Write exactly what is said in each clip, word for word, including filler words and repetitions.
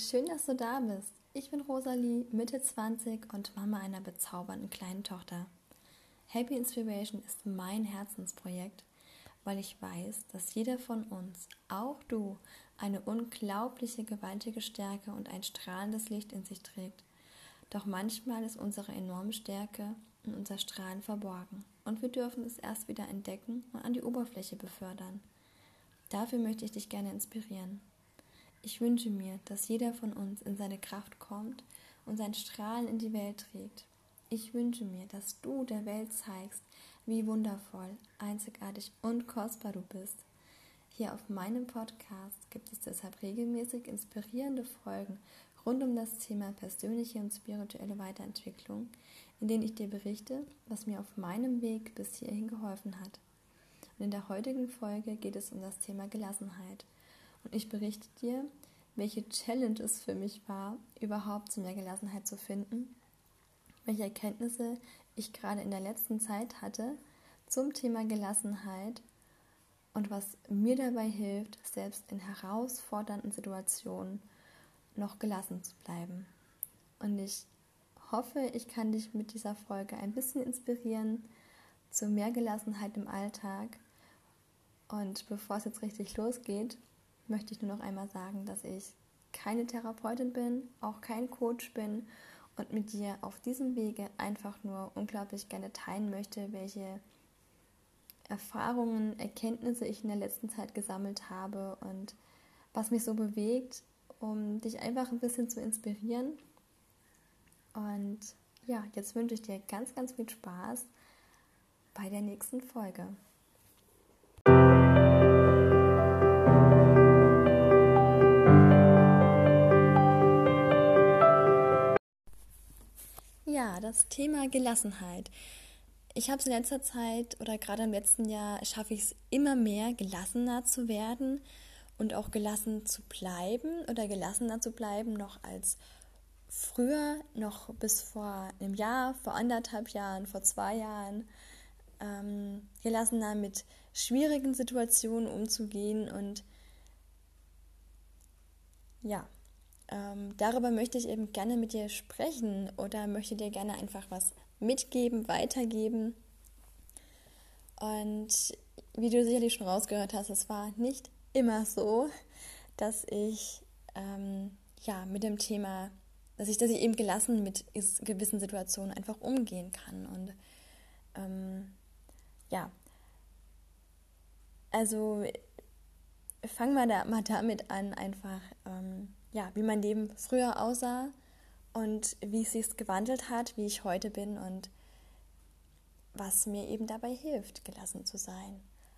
schön, dass du da bist. Ich bin Rosalie, Mitte zwanzig und Mama einer bezaubernden kleinen Tochter. Happy Inspiration ist mein Herzensprojekt, weil ich weiß, dass jeder von uns, auch du, eine unglaubliche, gewaltige Stärke und ein strahlendes Licht in sich trägt. Doch manchmal ist unsere enorme Stärke in unser Strahlen verborgen und wir dürfen es erst wieder entdecken und an die Oberfläche befördern. Dafür möchte ich dich gerne inspirieren. Ich wünsche mir, dass jeder von uns in seine Kraft kommt und sein Strahlen in die Welt trägt. Ich wünsche mir, dass du der Welt zeigst, wie wundervoll, einzigartig und kostbar du bist. Hier auf meinem Podcast gibt es deshalb regelmäßig inspirierende Folgen rund um das Thema persönliche und spirituelle Weiterentwicklung, in denen ich dir berichte, was mir auf meinem Weg bis hierhin geholfen hat. Und in der heutigen Folge geht es um das Thema Gelassenheit. Und ich berichte dir, welche Challenge es für mich war, überhaupt zu mehr Gelassenheit zu finden, welche Erkenntnisse ich gerade in der letzten Zeit hatte zum Thema Gelassenheit und was mir dabei hilft, selbst in herausfordernden Situationen noch gelassen zu bleiben. Und ich hoffe, ich kann dich mit dieser Folge ein bisschen inspirieren zu mehr Gelassenheit im Alltag. Und bevor es jetzt richtig losgeht, möchte ich nur noch einmal sagen, dass ich keine Therapeutin bin, auch kein Coach bin und mit dir auf diesem Wege einfach nur unglaublich gerne teilen möchte, welche Erfahrungen, Erkenntnisse ich in der letzten Zeit gesammelt habe und was mich so bewegt, um dich einfach ein bisschen zu inspirieren. Und ja, jetzt wünsche ich dir ganz, ganz viel Spaß bei der nächsten Folge. Ja, das Thema Gelassenheit. Ich habe es in letzter Zeit oder gerade im letzten Jahr schaffe ich es immer mehr, gelassener zu werden und auch gelassen zu bleiben oder gelassener zu bleiben noch als früher, noch bis vor einem Jahr, vor anderthalb Jahren, vor zwei Jahren, ähm, gelassener mit schwierigen Situationen umzugehen und ja, Ähm, darüber möchte ich eben gerne mit dir sprechen oder möchte dir gerne einfach was mitgeben, weitergeben. Und wie du sicherlich schon rausgehört hast, es war nicht immer so, dass ich ähm, ja mit dem Thema, dass ich, dass ich eben gelassen mit gewissen Situationen einfach umgehen kann. Und ähm, ja, also fangen wir da mal damit an, einfach ähm, ja, wie mein Leben früher aussah und wie es sich gewandelt hat, wie ich heute bin und was mir eben dabei hilft, gelassen zu sein.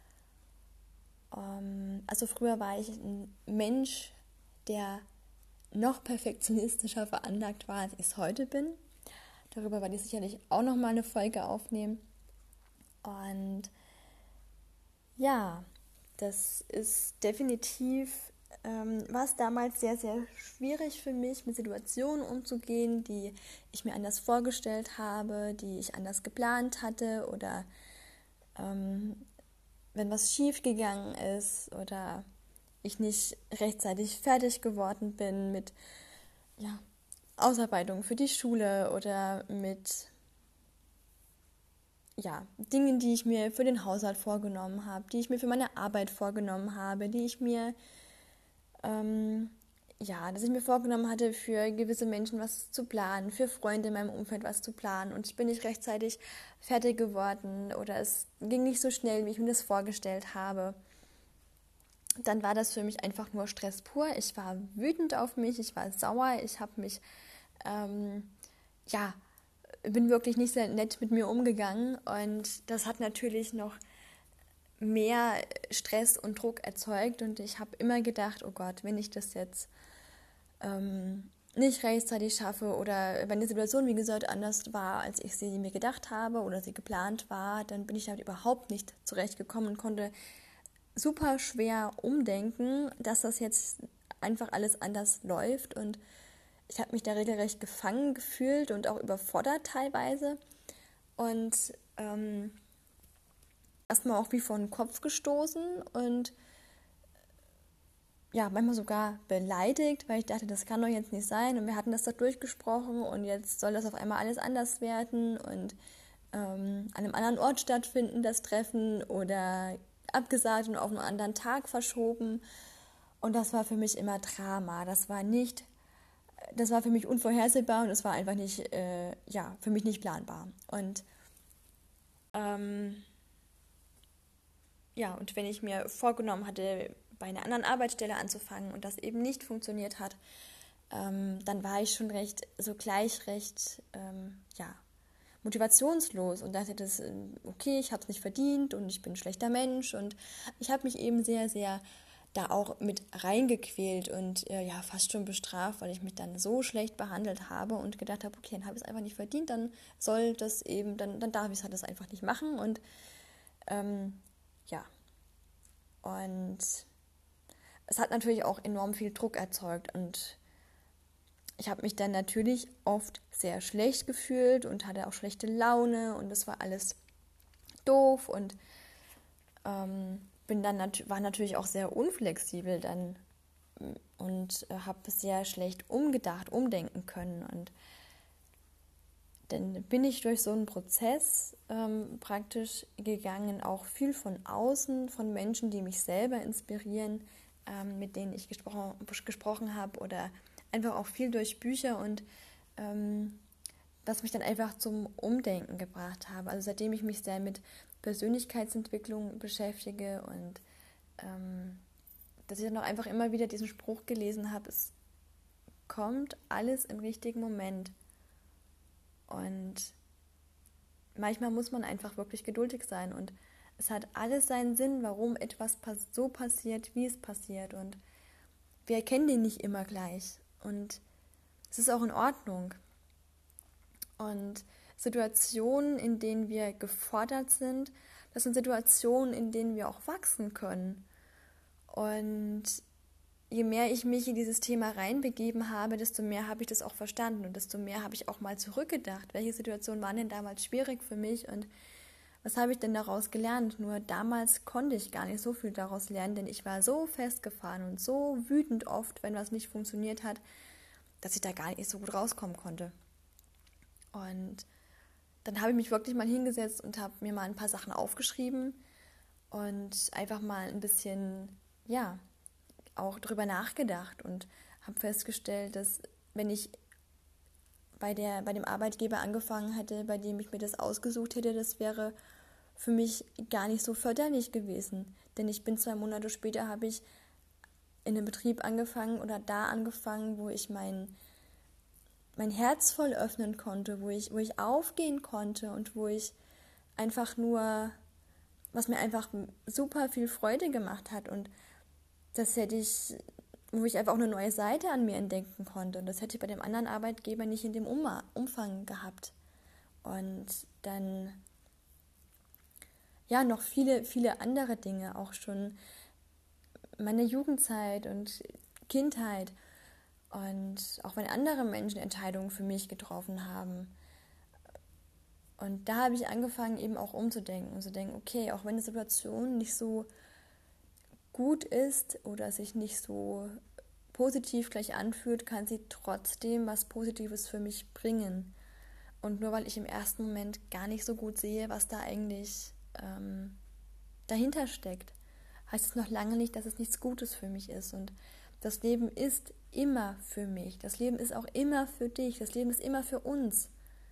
Ähm, also früher war ich ein Mensch, der noch perfektionistischer veranlagt war, als ich es heute bin. Darüber werde ich sicherlich auch nochmal eine Folge aufnehmen. Und ja, das ist definitiv ähm, war es damals sehr, sehr schwierig für mich, mit Situationen umzugehen, die ich mir anders vorgestellt habe, die ich anders geplant hatte oder ähm, wenn was schief gegangen ist oder ich nicht rechtzeitig fertig geworden bin mit ja, Ausarbeitungen für die Schule oder mit ja, Dingen, die ich mir für den Haushalt vorgenommen habe, die ich mir für meine Arbeit vorgenommen habe, die ich mir Ähm, ja, dass ich mir vorgenommen hatte, für gewisse Menschen was zu planen, für Freunde in meinem Umfeld was zu planen und ich bin nicht rechtzeitig fertig geworden oder es ging nicht so schnell, wie ich mir das vorgestellt habe. Dann war das für mich einfach nur Stress pur. Ich war wütend auf mich, ich war sauer, ich habe mich, ähm, ja, bin wirklich nicht sehr nett mit mir umgegangen und das hat natürlich noch mehr Stress und Druck erzeugt und ich habe immer gedacht, oh Gott, wenn ich das jetzt ähm, nicht rechtzeitig schaffe oder wenn die Situation, wie gesagt, anders war, als ich sie mir gedacht habe oder sie geplant war, dann bin ich damit überhaupt nicht zurechtgekommen und konnte super schwer umdenken, dass das jetzt einfach alles anders läuft und ich habe mich da regelrecht gefangen gefühlt und auch überfordert teilweise und ähm, erstmal auch wie vor den Kopf gestoßen und ja, manchmal sogar beleidigt, weil ich dachte, das kann doch jetzt nicht sein und wir hatten das doch durchgesprochen und jetzt soll das auf einmal alles anders werden und ähm, an einem anderen Ort stattfinden, das Treffen oder abgesagt und auf einen anderen Tag verschoben. Und das war für mich immer Drama. Das war nicht, das war für mich unvorhersehbar und es war einfach nicht, äh, ja, für mich nicht planbar. Und ähm, ja, und wenn ich mir vorgenommen hatte, bei einer anderen Arbeitsstelle anzufangen und das eben nicht funktioniert hat, ähm, dann war ich schon recht, so gleich recht, ähm, ja, motivationslos und dachte, das, okay, ich habe es nicht verdient und ich bin ein schlechter Mensch und ich habe mich eben sehr, sehr da auch mit reingequält und äh, ja, fast schon bestraft, weil ich mich dann so schlecht behandelt habe und gedacht habe, okay, dann habe ich es einfach nicht verdient, dann soll das eben, dann, dann darf ich es halt das einfach nicht machen und ähm, ja, und es hat natürlich auch enorm viel Druck erzeugt und ich habe mich dann natürlich oft sehr schlecht gefühlt und hatte auch schlechte Laune und das war alles doof und ähm, bin dann nat- war natürlich auch sehr unflexibel dann und äh, habe sehr schlecht umgedacht, umdenken können und dann bin ich durch so einen Prozess ähm, praktisch gegangen, auch viel von außen, von Menschen, die mich selber inspirieren, ähm, mit denen ich gesprochen, gesprochen habe oder einfach auch viel durch Bücher und ähm, was mich dann einfach zum Umdenken gebracht habe. Also seitdem ich mich sehr mit Persönlichkeitsentwicklung beschäftige und ähm, dass ich dann auch einfach immer wieder diesen Spruch gelesen habe, es kommt alles im richtigen Moment. Und manchmal muss man einfach wirklich geduldig sein und es hat alles seinen Sinn, warum etwas so passiert, wie es passiert und wir erkennen den nicht immer gleich und es ist auch in Ordnung. Und Situationen, in denen wir gefordert sind, das sind Situationen, in denen wir auch wachsen können. Und je mehr ich mich in dieses Thema reinbegeben habe, desto mehr habe ich das auch verstanden und desto mehr habe ich auch mal zurückgedacht, welche Situationen waren denn damals schwierig für mich und was habe ich denn daraus gelernt? Nur damals konnte ich gar nicht so viel daraus lernen, denn ich war so festgefahren und so wütend oft, wenn was nicht funktioniert hat, dass ich da gar nicht so gut rauskommen konnte. Und dann habe ich mich wirklich mal hingesetzt und habe mir mal ein paar Sachen aufgeschrieben und einfach mal ein bisschen, ja, auch drüber nachgedacht und habe festgestellt, dass wenn ich bei, der, bei dem Arbeitgeber angefangen hätte, bei dem ich mir das ausgesucht hätte, das wäre für mich gar nicht so förderlich gewesen. Denn ich bin zwei Monate später, habe ich in einem Betrieb angefangen oder da angefangen, wo ich mein, mein Herz voll öffnen konnte, wo ich, wo ich aufgehen konnte und wo ich einfach nur, was mir einfach super viel Freude gemacht hat und das hätte ich, wo ich einfach auch eine neue Seite an mir entdecken konnte. Und das hätte ich bei dem anderen Arbeitgeber nicht in dem Umfang gehabt. Und dann, ja, noch viele, viele andere Dinge, auch schon meine Jugendzeit und Kindheit. Und auch wenn andere Menschen Entscheidungen für mich getroffen haben. Und da habe ich angefangen, eben auch umzudenken und zu denken, okay, auch wenn die Situation nicht so gut ist oder sich nicht so positiv gleich anfühlt, kann sie trotzdem was Positives für mich bringen. Und nur weil ich im ersten Moment gar nicht so gut sehe, was da eigentlich ähm, dahinter steckt, heißt es noch lange nicht, dass es nichts Gutes für mich ist. Und das Leben ist immer für mich. Das Leben ist auch immer für dich. Das Leben ist immer für uns.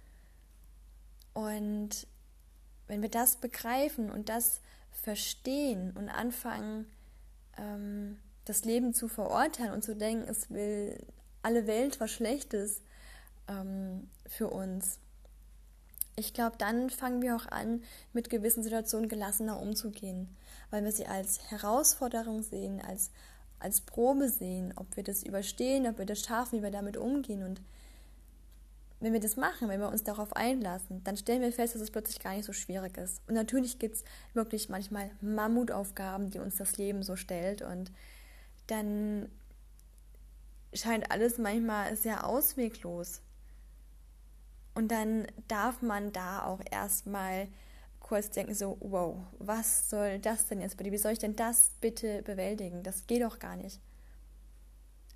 Und wenn wir das begreifen und das verstehen und anfangen, das Leben zu verurteilen und zu denken, es will alle Welt was Schlechtes ähm, für uns. Ich glaube, dann fangen wir auch an, mit gewissen Situationen gelassener umzugehen, weil wir sie als Herausforderung sehen, als, als Probe sehen, ob wir das überstehen, ob wir das schaffen, wie wir damit umgehen. Und wenn wir das machen, wenn wir uns darauf einlassen, dann stellen wir fest, dass es plötzlich gar nicht so schwierig ist. Und natürlich gibt es wirklich manchmal Mammutaufgaben, die uns das Leben so stellt und dann scheint alles manchmal sehr ausweglos. Und dann darf man da auch erstmal kurz denken, so, wow, was soll das denn jetzt bitte? Wie soll ich denn das bitte bewältigen? Das geht doch gar nicht.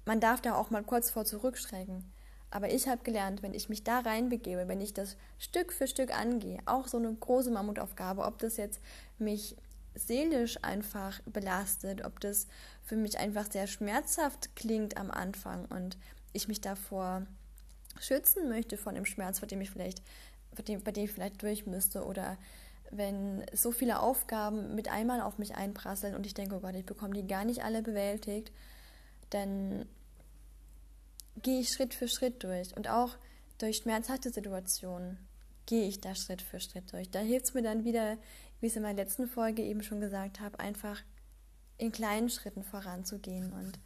man darf da auch mal kurz vor zurückschrecken. Aber ich habe gelernt, wenn ich mich da reinbegebe, wenn ich das Stück für Stück angehe, auch so eine große Mammutaufgabe, ob das jetzt mich seelisch einfach belastet, ob das für mich einfach sehr schmerzhaft klingt am Anfang und ich mich davor schützen möchte von dem Schmerz, vor dem ich vielleicht, vor dem, bei dem ich vielleicht durch müsste, oder wenn so viele Aufgaben mit einmal auf mich einprasseln und ich denke, oh Gott, ich bekomme die gar nicht alle bewältigt, dann gehe ich Schritt für Schritt durch. Und auch durch schmerzhafte Situationen gehe ich da Schritt für Schritt durch. Da hilft es mir dann wieder, wie ich es in meiner letzten Folge eben schon gesagt habe, einfach in kleinen Schritten voranzugehen und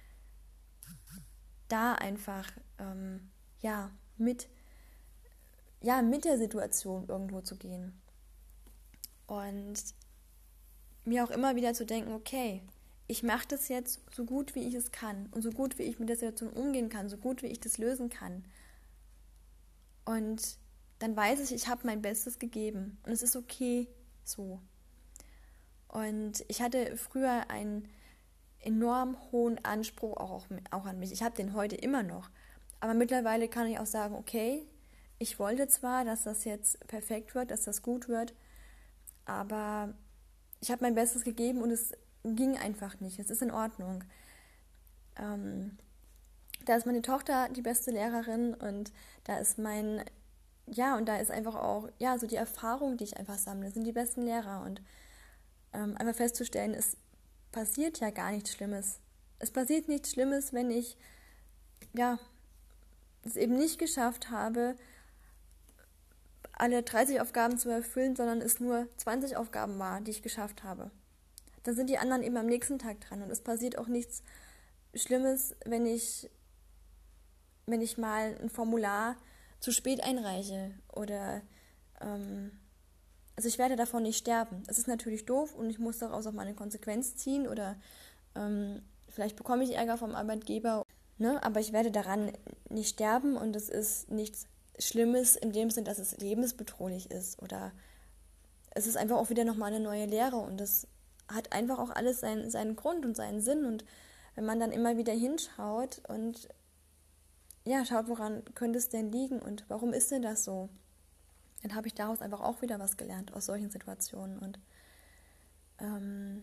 da einfach ähm, ja, mit, ja, mit der Situation irgendwo zu gehen. Und mir auch immer wieder zu denken, okay, ich mache das jetzt so gut, wie ich es kann und so gut, wie ich mit der Situation umgehen kann, so gut, wie ich das lösen kann. Und dann weiß ich, ich habe mein Bestes gegeben und es ist okay so. Und ich hatte früher einen enorm hohen Anspruch auch, auch an mich. Ich habe den heute immer noch. Aber mittlerweile kann ich auch sagen, okay, ich wollte zwar, dass das jetzt perfekt wird, dass das gut wird, aber ich habe mein Bestes gegeben und es ging einfach nicht. Es ist in Ordnung. Ähm, da ist meine Tochter die beste Lehrerin und da ist mein, ja, und da ist einfach auch, ja, so die Erfahrung, die ich einfach sammle, sind die besten Lehrer und ähm, einfach festzustellen, es passiert ja gar nichts Schlimmes. Es passiert nichts Schlimmes, wenn ich, ja, es eben nicht geschafft habe, alle dreißig Aufgaben zu erfüllen, sondern es nur zwanzig Aufgaben war, die ich geschafft habe. Dann sind die anderen eben am nächsten Tag dran und es passiert auch nichts Schlimmes, wenn ich, wenn ich mal ein Formular zu spät einreiche oder ähm, also ich werde davon nicht sterben. Es ist natürlich doof und ich muss daraus auch mal eine Konsequenz ziehen oder ähm, vielleicht bekomme ich Ärger vom Arbeitgeber, ne? Aber ich werde daran nicht sterben und es ist nichts Schlimmes in dem Sinn, dass es lebensbedrohlich ist oder es ist einfach auch wieder nochmal eine neue Lehre und es hat einfach auch alles seinen, seinen Grund und seinen Sinn und wenn man dann immer wieder hinschaut und ja, schaut, woran könnte es denn liegen und warum ist denn das so, dann habe ich daraus einfach auch wieder was gelernt aus solchen Situationen und ähm,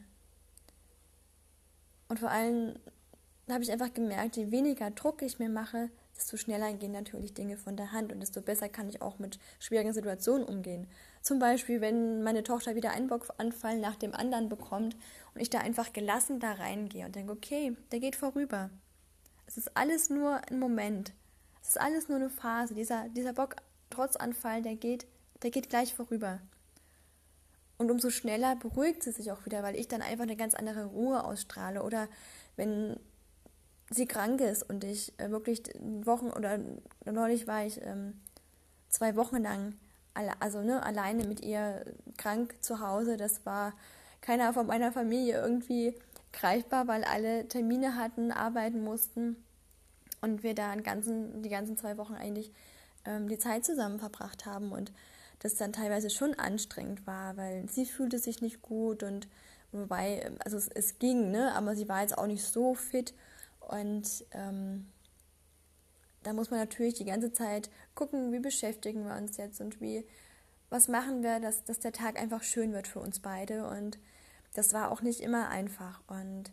und vor allem habe ich einfach gemerkt, je weniger Druck ich mir mache, desto schneller gehen natürlich Dinge von der Hand und desto besser kann ich auch mit schwierigen Situationen umgehen. Zum Beispiel, wenn meine Tochter wieder einen Bockanfall nach dem anderen bekommt und ich da einfach gelassen da reingehe und denke, okay, der geht vorüber. Es ist alles nur ein Moment. Es ist alles nur eine Phase. Dieser, dieser Bocktrotzanfall, der geht, der geht gleich vorüber. Und umso schneller beruhigt sie sich auch wieder, weil ich dann einfach eine ganz andere Ruhe ausstrahle. Oder wenn sie krank ist und ich äh, wirklich Wochen oder neulich war ich ähm, zwei Wochen lang alle, also ne, alleine mit ihr krank zu Hause. Das war keiner von meiner Familie irgendwie greifbar, weil alle Termine hatten, arbeiten mussten und wir da einen ganzen, die ganzen zwei Wochen eigentlich ähm, die Zeit zusammen verbracht haben und das dann teilweise schon anstrengend war, weil sie fühlte sich nicht gut und wobei, also es, es ging, ne, aber sie war jetzt auch nicht so fit. Und ähm, da muss man natürlich die ganze Zeit gucken, wie beschäftigen wir uns jetzt und wie, was machen wir, dass, dass der Tag einfach schön wird für uns beide. Und das war auch nicht immer einfach. Und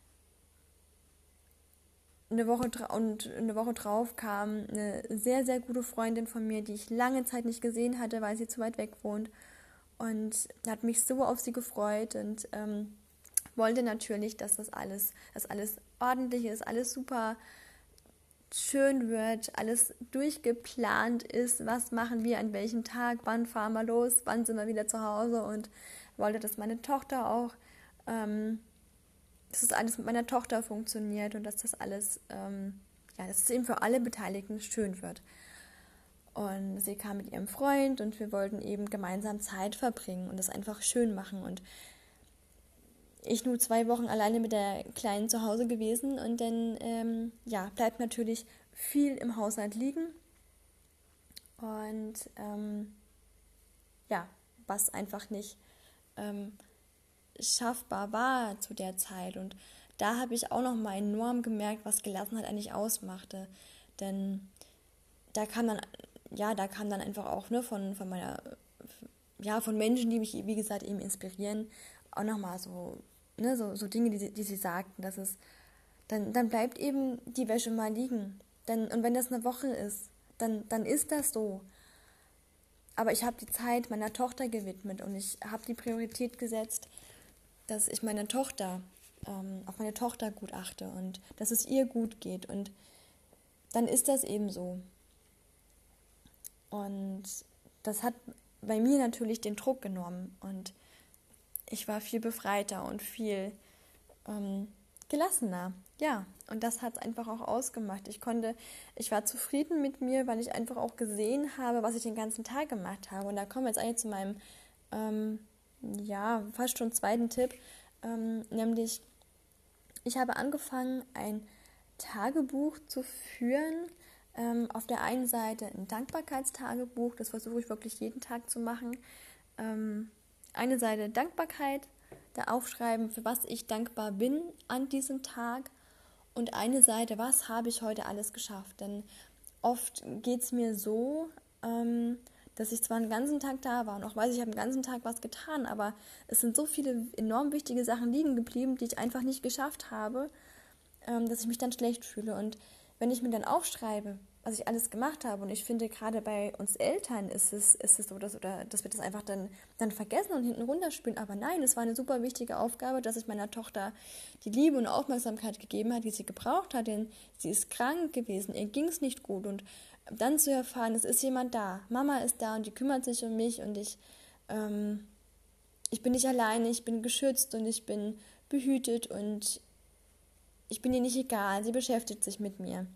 eine Woche, und eine Woche drauf kam eine sehr, sehr gute Freundin von mir, die ich lange Zeit nicht gesehen hatte, weil sie zu weit weg wohnt. Und hat mich so auf sie gefreut und ähm, wollte natürlich, dass das alles, dass alles ordentlich ist, alles super schön wird, alles durchgeplant ist, was machen wir an welchem Tag, wann fahren wir los, wann sind wir wieder zu Hause und wollte, dass meine Tochter auch, ähm, dass das alles mit meiner Tochter funktioniert und dass das alles, ähm, ja, dass es eben für alle Beteiligten schön wird. Und sie kam mit ihrem Freund und wir wollten eben gemeinsam Zeit verbringen und das einfach schön machen und ich nur zwei Wochen alleine mit der Kleinen zu Hause gewesen und dann ähm, ja, bleibt natürlich viel im Haushalt liegen und ähm, ja, was einfach nicht ähm, schaffbar war zu der Zeit und da habe ich auch nochmal enorm gemerkt, was Gelassenheit eigentlich ausmachte. Denn da kam dann, ja, da kam dann einfach auch ne, von, von meiner, ja, von Menschen, die mich, wie gesagt, eben inspirieren, auch nochmal so, ne, so, so Dinge, die, die sie sagten, dass es, dann, dann bleibt eben die Wäsche mal liegen. Denn, und wenn das eine Woche ist, dann, dann ist das so. Aber ich habe die Zeit meiner Tochter gewidmet und ich habe die Priorität gesetzt, dass ich meine Tochter, ähm, auf meine Tochter gut achte und dass es ihr gut geht. Und dann ist das eben so. Und das hat bei mir natürlich den Druck genommen und ich war viel befreiter und viel ähm, gelassener. Ja, und das hat es einfach auch ausgemacht. Ich konnte, ich war zufrieden mit mir, weil ich einfach auch gesehen habe, was ich den ganzen Tag gemacht habe. Und da kommen wir jetzt eigentlich zu meinem, ähm, ja, fast schon zweiten Tipp, ähm, nämlich ich habe angefangen, ein Tagebuch zu führen. Ähm, auf der einen Seite ein Dankbarkeitstagebuch, das versuche ich wirklich jeden Tag zu machen. Ähm, eine Seite Dankbarkeit, da aufschreiben, für was ich dankbar bin an diesem Tag. Und eine Seite, was habe ich heute alles geschafft? Denn oft geht es mir so, ähm, dass ich zwar den ganzen Tag da war und auch weiß, ich habe den ganzen Tag was getan, aber es sind so viele enorm wichtige Sachen liegen geblieben, die ich einfach nicht geschafft habe, ähm, dass ich mich dann schlecht fühle. Und wenn ich mir dann aufschreibe, was ich alles gemacht habe, und ich finde, gerade bei uns Eltern ist es, ist es so, dass, oder, dass wir das einfach dann, dann vergessen und hinten runterspielen. Aber nein, es war eine super wichtige Aufgabe, dass ich meiner Tochter die Liebe und Aufmerksamkeit gegeben hat, die sie gebraucht hat, denn sie ist krank gewesen, ihr ging es nicht gut. Und dann zu erfahren, es ist jemand da, Mama ist da und die kümmert sich um mich und ich, ähm, ich bin nicht alleine, ich bin geschützt und ich bin behütet und ich bin ihr nicht egal, sie beschäftigt sich mit mir.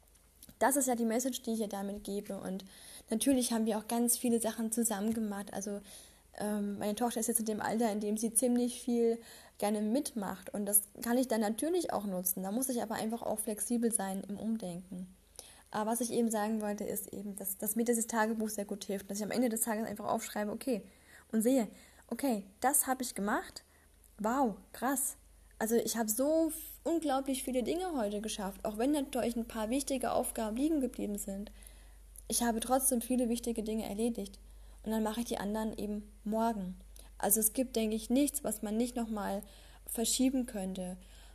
Das ist ja die Message, die ich ihr damit gebe. Und natürlich haben wir auch ganz viele Sachen zusammen gemacht. Also ähm, meine Tochter ist jetzt in dem Alter, in dem sie ziemlich viel gerne mitmacht. Und das kann ich dann natürlich auch nutzen. Da muss ich aber einfach auch flexibel sein im Umdenken. Aber was ich eben sagen wollte, ist eben, dass, dass mir dieses Tagebuch sehr gut hilft. Dass ich am Ende des Tages einfach aufschreibe, okay, und sehe, okay, das habe ich gemacht. Wow, krass. Also ich habe so unglaublich viele Dinge heute geschafft, auch wenn natürlich ein paar wichtige Aufgaben liegen geblieben sind. Ich habe trotzdem viele wichtige Dinge erledigt und dann mache ich die anderen eben morgen. Also es gibt, denke ich, nichts, was man nicht nochmal verschieben könnte.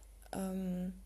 Ähm,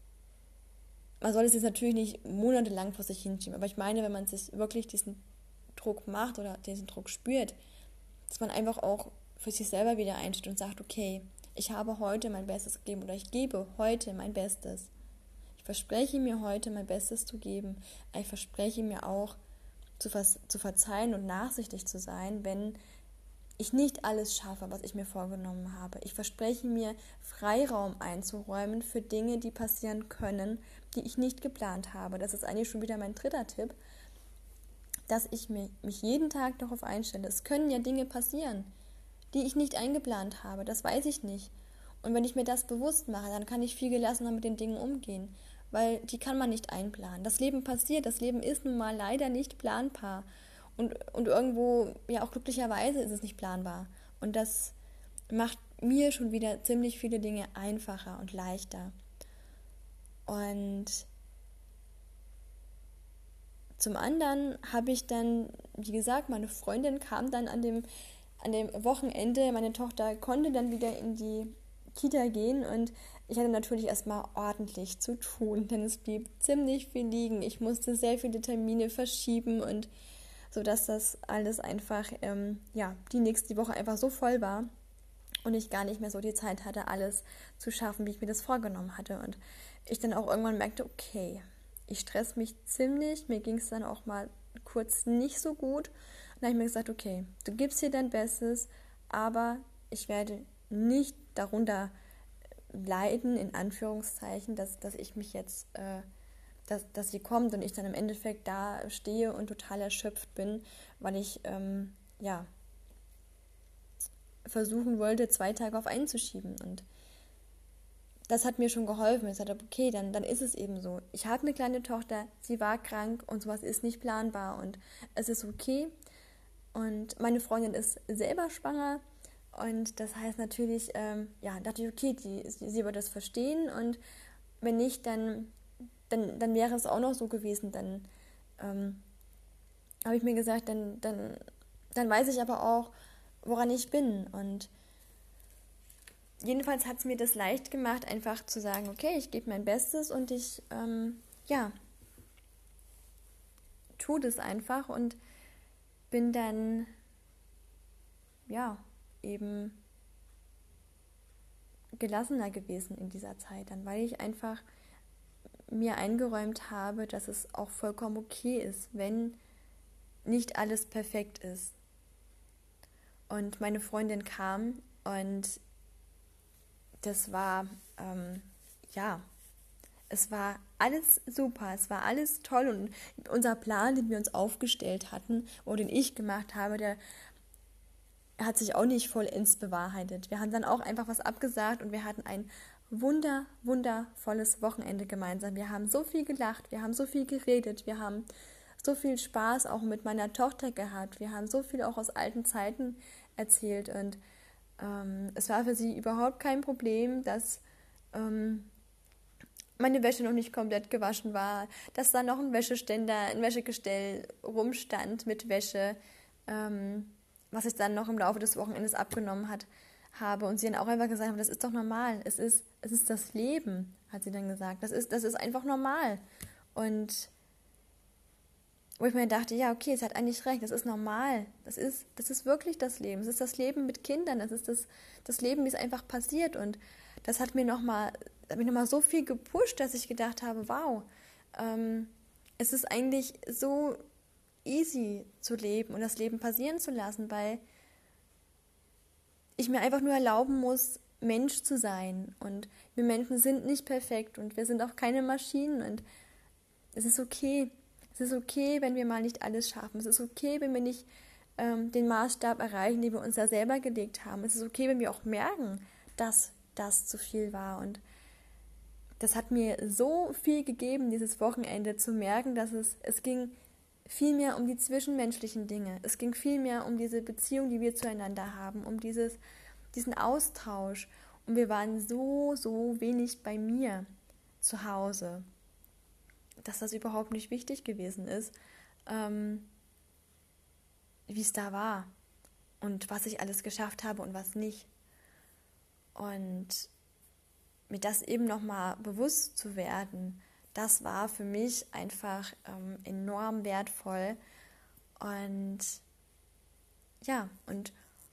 man soll es jetzt natürlich nicht monatelang vor sich hinschieben, aber ich meine, wenn man sich wirklich diesen Druck macht oder diesen Druck spürt, dass man einfach auch für sich selber wieder einsteht und sagt, okay, ich habe heute mein Bestes gegeben oder ich gebe heute mein Bestes. Ich verspreche mir heute mein Bestes zu geben. Ich verspreche mir auch zu, vers- zu verzeihen und nachsichtig zu sein, wenn ich nicht alles schaffe, was ich mir vorgenommen habe. Ich verspreche mir Freiraum einzuräumen für Dinge, die passieren können, die ich nicht geplant habe. Das ist eigentlich schon wieder mein dritter Tipp, dass ich mich, mich jeden Tag darauf einstelle. Es können ja Dinge passieren, die ich nicht eingeplant habe, das weiß ich nicht. Und wenn ich mir das bewusst mache, dann kann ich viel gelassener mit den Dingen umgehen, weil die kann man nicht einplanen. Das Leben passiert, das Leben ist nun mal leider nicht planbar. Und, und irgendwo, ja auch glücklicherweise ist es nicht planbar. Und das macht mir schon wieder ziemlich viele Dinge einfacher und leichter. Und zum anderen habe ich dann, wie gesagt, meine Freundin kam dann an dem An dem Wochenende, meine Tochter konnte dann wieder in die Kita gehen und ich hatte natürlich erstmal ordentlich zu tun, denn es blieb ziemlich viel liegen. Ich musste sehr viele Termine verschieben und so, dass das alles einfach, ähm, ja, die nächste Woche einfach so voll war und ich gar nicht mehr so die Zeit hatte, alles zu schaffen, wie ich mir das vorgenommen hatte. Und ich dann auch irgendwann merkte, okay, ich stress mich ziemlich, mir ging es dann auch mal kurz nicht so gut. Und dann habe ich mir gesagt, okay, du gibst hier dein Bestes, aber ich werde nicht darunter leiden, in Anführungszeichen, dass, dass ich mich jetzt, äh, dass, dass sie kommt und ich dann im Endeffekt da stehe und total erschöpft bin, weil ich, ähm, ja, versuchen wollte, zwei Tage auf einen zu schieben. Und das hat mir schon geholfen. Ich sagte, okay, dann, dann ist es eben so. Ich habe eine kleine Tochter, sie war krank und sowas ist nicht planbar und es ist okay. Und meine Freundin ist selber schwanger Und das heißt natürlich, ähm, ja, dachte ich, okay, die, sie, sie wird das verstehen und wenn nicht, dann, dann, dann wäre es auch noch so gewesen. Dann ähm, habe ich mir gesagt, dann, dann, dann weiß ich aber auch, woran ich bin. Und jedenfalls hat es mir das leicht gemacht, einfach zu sagen, okay, ich gebe mein Bestes und ich, ähm, ja, tue das einfach und bin dann, ja, eben gelassener gewesen in dieser Zeit dann, weil ich einfach mir eingeräumt habe, dass es auch vollkommen okay ist, wenn nicht alles perfekt ist. Und meine Freundin kam und das war, ähm, ja, es war alles super, es war alles toll und unser Plan, den wir uns aufgestellt hatten oder den ich gemacht habe, der hat sich auch nicht vollends bewahrheitet. Wir haben dann auch einfach was abgesagt und wir hatten ein wunder, wundervolles Wochenende gemeinsam. Wir haben so viel gelacht, wir haben so viel geredet, wir haben so viel Spaß auch mit meiner Tochter gehabt, wir haben so viel auch aus alten Zeiten erzählt und ähm, es war für sie überhaupt kein Problem, dass ähm, meine Wäsche noch nicht komplett gewaschen war, dass da noch ein Wäscheständer, ein Wäschegestell rumstand mit Wäsche, ähm, was ich dann noch im Laufe des Wochenendes abgenommen hat, habe. Und sie dann auch einfach gesagt haben, das ist doch normal. Es ist, es ist das Leben, hat sie dann gesagt. Das ist, das ist einfach normal. Und wo ich mir dachte, ja, okay, es hat eigentlich recht, das ist normal. Das ist, das ist wirklich das Leben. Es ist das Leben mit Kindern. Das ist das, das Leben, wie es einfach passiert. Und das hat mir nochmal hat mich nochmal so viel gepusht, dass ich gedacht habe, wow, ähm, es ist eigentlich so easy zu leben und das Leben passieren zu lassen, weil ich mir einfach nur erlauben muss, Mensch zu sein. Und wir Menschen sind nicht perfekt und wir sind auch keine Maschinen. Und es ist okay. Es ist okay, wenn wir mal nicht alles schaffen. Es ist okay, wenn wir nicht ähm, den Maßstab erreichen, den wir uns da selber gelegt haben. Es ist okay, wenn wir auch merken, dass das zu viel war. Und das hat mir so viel gegeben, dieses Wochenende, zu merken, dass es, es ging viel mehr um die zwischenmenschlichen Dinge. Es ging viel mehr um diese Beziehung, die wir zueinander haben, um dieses, diesen Austausch. Und wir waren so, so wenig bei mir zu Hause, dass das überhaupt nicht wichtig gewesen ist, ähm, wie es da war und was ich alles geschafft habe und was nicht. Und mir das eben nochmal bewusst zu werden, das war für mich einfach ähm, enorm wertvoll. Und ja, und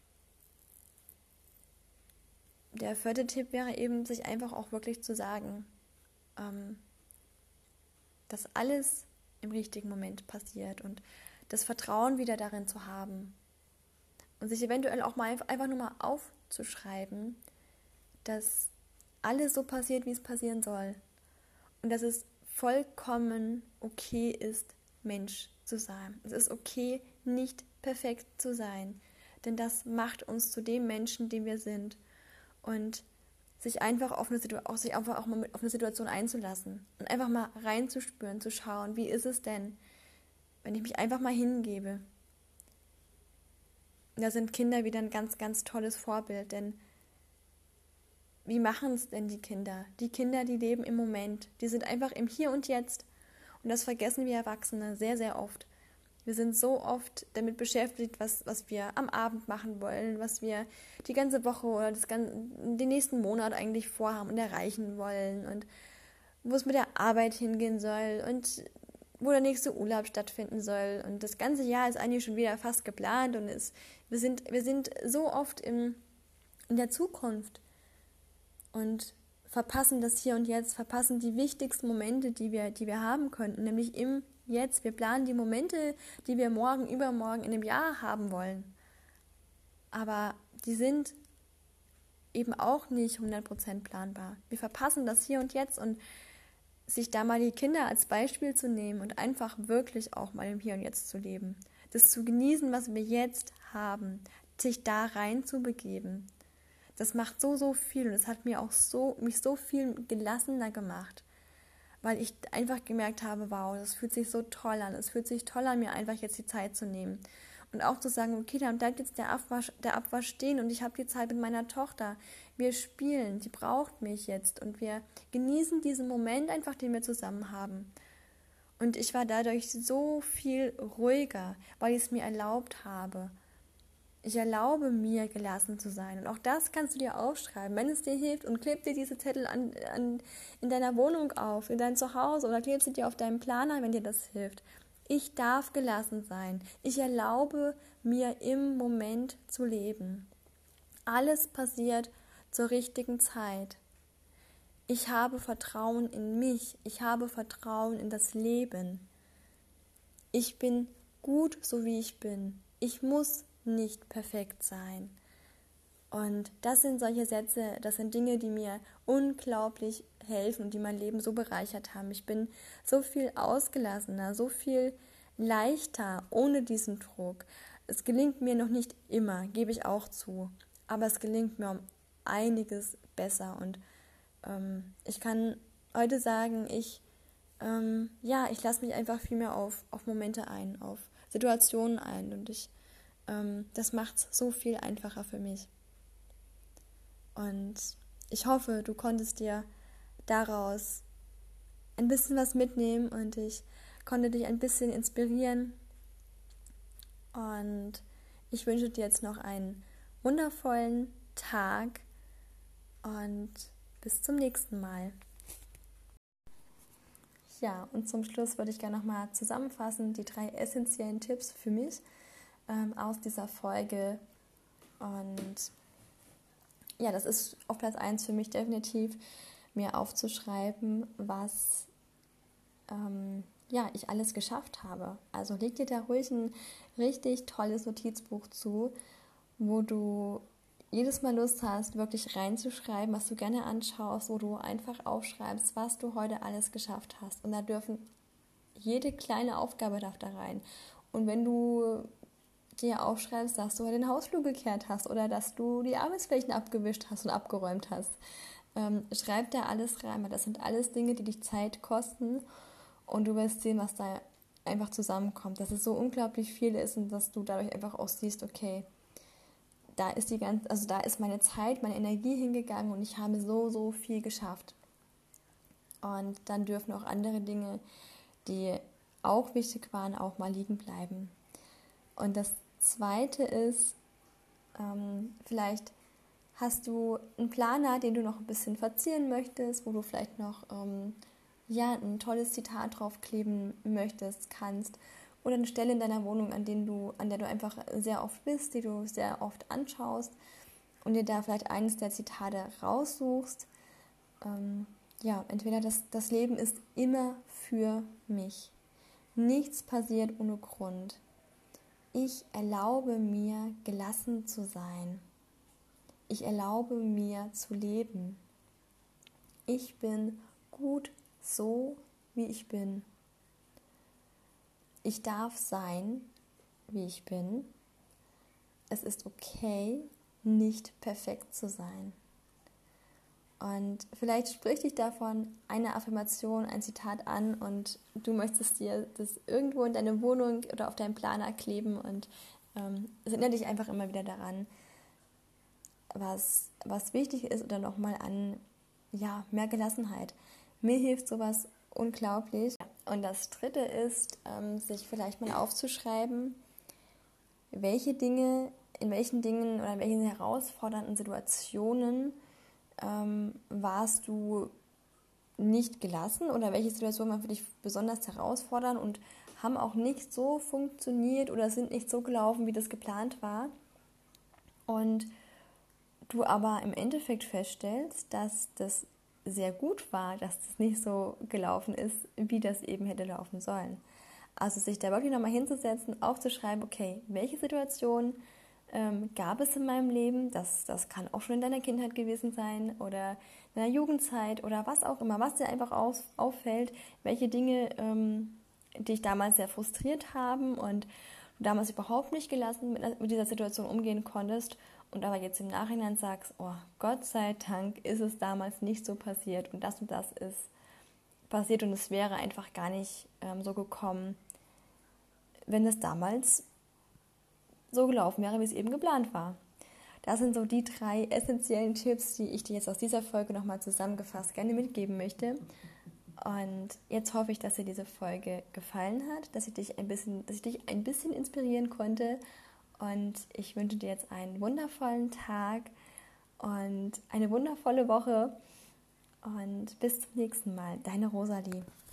der vierte Tipp wäre eben, sich einfach auch wirklich zu sagen, ähm, dass alles im richtigen Moment passiert und das Vertrauen wieder darin zu haben und sich eventuell auch mal einfach nur mal aufzuschreiben, dass alles so passiert, wie es passieren soll und dass es vollkommen okay ist, Mensch zu sein. Es ist okay, nicht perfekt zu sein, denn das macht uns zu dem Menschen, den wir sind. Und sich einfach auf eine, Situ- auch, sich einfach auch mal auf eine Situation einzulassen und einfach mal reinzuspüren, zu schauen, wie ist es denn, wenn ich mich einfach mal hingebe. Da sind Kinder wieder ein ganz, ganz tolles Vorbild, denn wie machen es denn die Kinder? Die Kinder, die leben im Moment, die sind einfach im Hier und Jetzt. Und das vergessen wir Erwachsene sehr, sehr oft. Wir sind so oft damit beschäftigt, was, was wir am Abend machen wollen, was wir die ganze Woche oder das ganze, den nächsten Monat eigentlich vorhaben und erreichen wollen und wo es mit der Arbeit hingehen soll und wo der nächste Urlaub stattfinden soll. Und das ganze Jahr ist eigentlich schon wieder fast geplant und es, wir, sind, wir sind so oft im, in der Zukunft und verpassen das Hier und Jetzt, verpassen die wichtigsten Momente, die wir, die wir haben könnten, nämlich im Jetzt. Wir planen die Momente, die wir morgen, übermorgen in einem Jahr haben wollen. Aber die sind eben auch nicht hundert Prozent planbar. Wir verpassen das Hier und Jetzt und sich da mal die Kinder als Beispiel zu nehmen und einfach wirklich auch mal im Hier und Jetzt zu leben. Das zu genießen, was wir jetzt haben, sich da rein zu begeben. Das macht so, so viel und es hat mir auch so, mich so viel gelassener gemacht, weil ich einfach gemerkt habe, wow, das fühlt sich so toll an. Es fühlt sich toll an, mir einfach jetzt die Zeit zu nehmen. Und auch zu sagen, okay, dann bleibt jetzt der Abwasch, der Abwasch stehen und ich habe die Zeit mit meiner Tochter. Wir spielen, die braucht mich jetzt und wir genießen diesen Moment einfach, den wir zusammen haben. Und ich war dadurch so viel ruhiger, weil ich es mir erlaubt habe. Ich erlaube mir, gelassen zu sein. Und auch das kannst du dir aufschreiben, wenn es dir hilft, und kleb dir diese Zettel an, an, in deiner Wohnung auf, in dein Zuhause, oder kleb sie dir auf deinem Planer, wenn dir das hilft. Ich darf gelassen sein. Ich erlaube mir, im Moment zu leben. Alles passiert zur richtigen Zeit. Ich habe Vertrauen in mich. Ich habe Vertrauen in das Leben. Ich bin gut, so wie ich bin. Ich muss nicht perfekt sein. Und das sind solche Sätze, das sind Dinge, die mir unglaublich helfen und die mein Leben so bereichert haben. Ich bin so viel ausgelassener, so viel leichter ohne diesen Druck. Es gelingt mir noch nicht immer, gebe ich auch zu, aber es gelingt mir um einiges besser. Und ähm, ich kann heute sagen, ich, ähm, ja, ich lasse mich einfach viel mehr auf, auf Momente ein, auf Situationen ein, und ich ähm, das macht es so viel einfacher für mich. Und ich hoffe, du konntest dir daraus ein bisschen was mitnehmen und ich konnte dich ein bisschen inspirieren. Und ich wünsche dir jetzt noch einen wundervollen Tag und bis zum nächsten Mal. Ja, und zum Schluss würde ich gerne nochmal zusammenfassen, die drei essentiellen Tipps für mich ähm, aus dieser Folge. Und ja, das ist auf Platz eins für mich definitiv, mir aufzuschreiben, was ähm, ja, ich alles geschafft habe. Also leg dir da ruhig ein richtig tolles Notizbuch zu, wo du jedes Mal Lust hast, wirklich reinzuschreiben, was du gerne anschaust, wo du einfach aufschreibst, was du heute alles geschafft hast. Und da dürfen jede kleine Aufgabe darf da rein. Und wenn du dir aufschreibst, dass du den Hausflur gekehrt hast oder dass du die Arbeitsflächen abgewischt hast und abgeräumt hast, ähm, schreib da alles rein, weil das sind alles Dinge, die dich Zeit kosten, und du wirst sehen, was da einfach zusammenkommt, dass es so unglaublich viel ist und dass du dadurch einfach auch siehst, okay, da ist die ganze, also da ist meine Zeit, meine Energie hingegangen und ich habe so, so viel geschafft. Und dann dürfen auch andere Dinge, die auch wichtig waren, auch mal liegen bleiben. Und das Zweite ist, ähm, vielleicht hast du einen Planer, den du noch ein bisschen verzieren möchtest, wo du vielleicht noch ähm, ja, ein tolles Zitat draufkleben möchtest, kannst, oder eine Stelle in deiner Wohnung, an, denen du, an der du einfach sehr oft bist, die du sehr oft anschaust, und dir da vielleicht eines der Zitate raussuchst. Ähm, ja, entweder das, das Leben ist immer für mich. Nichts passiert ohne Grund. Ich erlaube mir, gelassen zu sein. Ich erlaube mir zu leben. Ich bin gut so, wie ich bin. Ich darf sein, wie ich bin. Es ist okay, nicht perfekt zu sein. Und vielleicht spricht dich davon eine Affirmation, ein Zitat an und du möchtest dir das irgendwo in deine Wohnung oder auf deinen Planer kleben, und ähm, es erinnert dich einfach immer wieder daran, was, was wichtig ist, oder nochmal an ja, mehr Gelassenheit. Mir hilft sowas unglaublich. Und das Dritte ist, ähm, sich vielleicht mal aufzuschreiben, welche Dinge, in welchen Dingen oder in welchen herausfordernden Situationen ähm, warst du nicht gelassen, oder welche Situationen waren für dich besonders herausfordernd und haben auch nicht so funktioniert oder sind nicht so gelaufen, wie das geplant war. Und du aber im Endeffekt feststellst, dass das sehr gut war, dass das nicht so gelaufen ist, wie das eben hätte laufen sollen. Also sich da wirklich nochmal hinzusetzen, aufzuschreiben, okay, welche Situation ähm, gab es in meinem Leben, das, das kann auch schon in deiner Kindheit gewesen sein oder in deiner Jugendzeit oder was auch immer, was dir einfach auf, auffällt, welche Dinge ähm, dich damals sehr frustriert haben und du damals überhaupt nicht gelassen mit, mit dieser Situation umgehen konntest, und aber jetzt im Nachhinein sagst, oh, Gott sei Dank ist es damals nicht so passiert und das und das ist passiert und es wäre einfach gar nicht ähm, so gekommen, wenn es damals so gelaufen wäre, wie es eben geplant war. Das sind so die drei essentiellen Tipps, die ich dir jetzt aus dieser Folge nochmal zusammengefasst gerne mitgeben möchte. Und jetzt hoffe ich, dass dir diese Folge gefallen hat, dass ich dich ein bisschen, dass ich dich ein bisschen inspirieren konnte. Und ich wünsche dir jetzt einen wundervollen Tag und eine wundervolle Woche. Und bis zum nächsten Mal. Deine Rosalie.